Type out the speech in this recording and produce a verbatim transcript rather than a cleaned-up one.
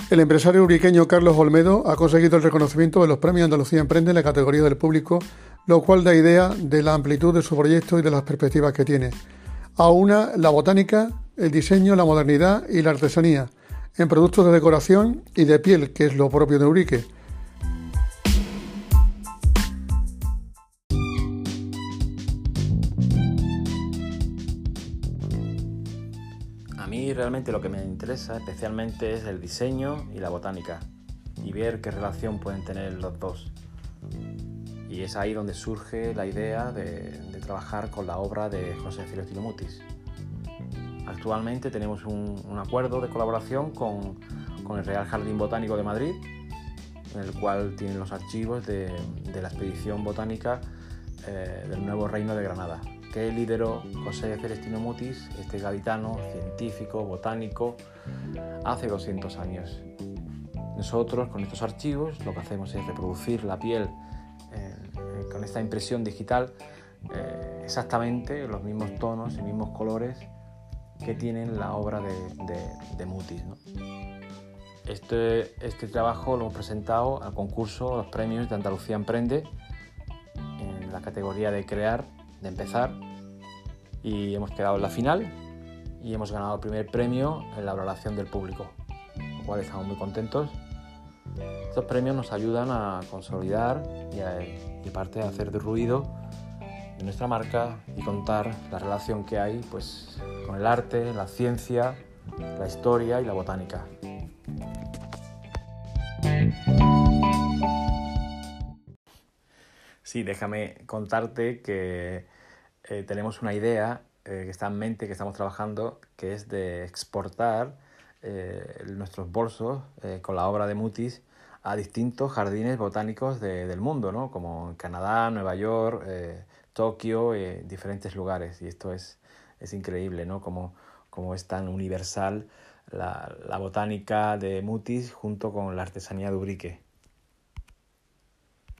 El empresario uriqueño Carlos Olmedo ha conseguido el reconocimiento de los premios Andalucía Emprende en la categoría del público, lo cual da idea de la amplitud de su proyecto y de las perspectivas que tiene. Aúna la botánica, el diseño, la modernidad y la artesanía, en productos de decoración y de piel, que es lo propio de Urique. A mí realmente lo que me interesa especialmente es el diseño y la botánica y ver qué relación pueden tener los dos. Y es ahí donde surge la idea de, de trabajar con la obra de José Celestino Mutis. Actualmente tenemos un, un acuerdo de colaboración con, con el Real Jardín Botánico de Madrid, en el cual tienen los archivos de, de la expedición botánica eh, del Nuevo Reino de Granada, que lideró José Celestino Mutis, este gaditano, científico, botánico, hace doscientos años. Nosotros, con estos archivos, lo que hacemos es reproducir la piel eh, con esta impresión digital, eh, exactamente los mismos tonos y mismos colores que tienen la obra de, de, de Mutis, ¿no? Este, este trabajo lo hemos presentado al concurso, a los premios de Andalucía Emprende, en la categoría de crear, de empezar, y hemos quedado en la final y hemos ganado el primer premio en la valoración del público, con lo cual estamos muy contentos. Estos premios nos ayudan a consolidar y, a, y aparte a hacer de ruido de nuestra marca y contar la relación que hay pues, con el arte, la ciencia, la historia y la botánica. Sí, déjame contarte que eh, tenemos una idea eh, que está en mente, que estamos trabajando, que es de exportar eh, nuestros bolsos eh, con la obra de Mutis a distintos jardines botánicos de, del mundo, ¿no? Como en Canadá, Nueva York, eh, Tokio, eh, diferentes lugares. Y esto es, es increíble, ¿no? Como, como es tan universal la, la botánica de Mutis junto con la artesanía de Urique.